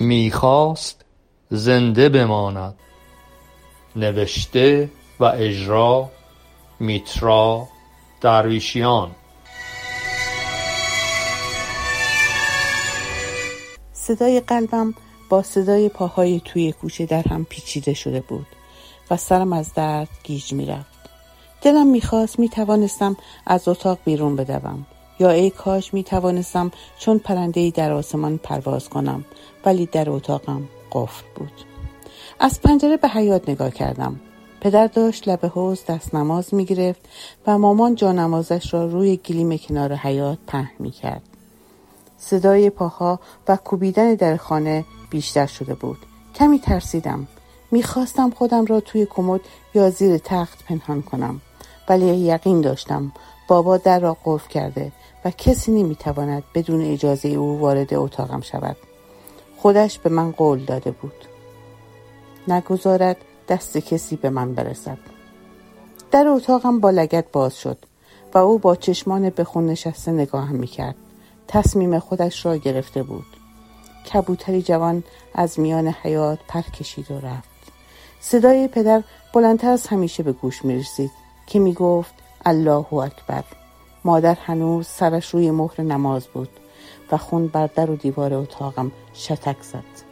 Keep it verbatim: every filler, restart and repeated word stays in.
میخواست زنده بماند. نوشته و اجرا میترا درویشیان. صدای قلبم با صدای پاهای توی کوچه در هم پیچیده شده بود و سرم از درد گیج می رفت. دلم می خواست می توانستم از اتاق بیرون بدوم، یا ای کاش می توانستم چون پرنده‌ای در آسمان پرواز کنم، ولی در اتاقم قفل بود. از پنجره به حیاط نگاه کردم. پدر داشت لب حوض دست نماز می گرفت و مامان جانمازش را روی گلیم کنار حیاط پهن می کرد. صدای پاها و کوبیدن در خانه بیشتر شده بود. کمی ترسیدم. میخواستم خودم را توی کمد یا زیر تخت پنهان کنم، ولی یقین داشتم بابا در را قفل کرده و کسی نمیتواند بدون اجازه او وارد اتاقم شود. خودش به من قول داده بود نگذارد دست کسی به من برسد. در اتاقم با لگد باز شد و او با چشمان به خون نشسته نگاهم میکرد. تصمیم خودش را گرفته بود. کبوتری جوان از میان حیاط پر کشید و رفت. صدای پدر بلندتر از همیشه به گوش می رسید که می گفت الله اکبر. مادر هنوز سرش روی مهر نماز بود و خون بر در و دیوار اتاقم شتک زد.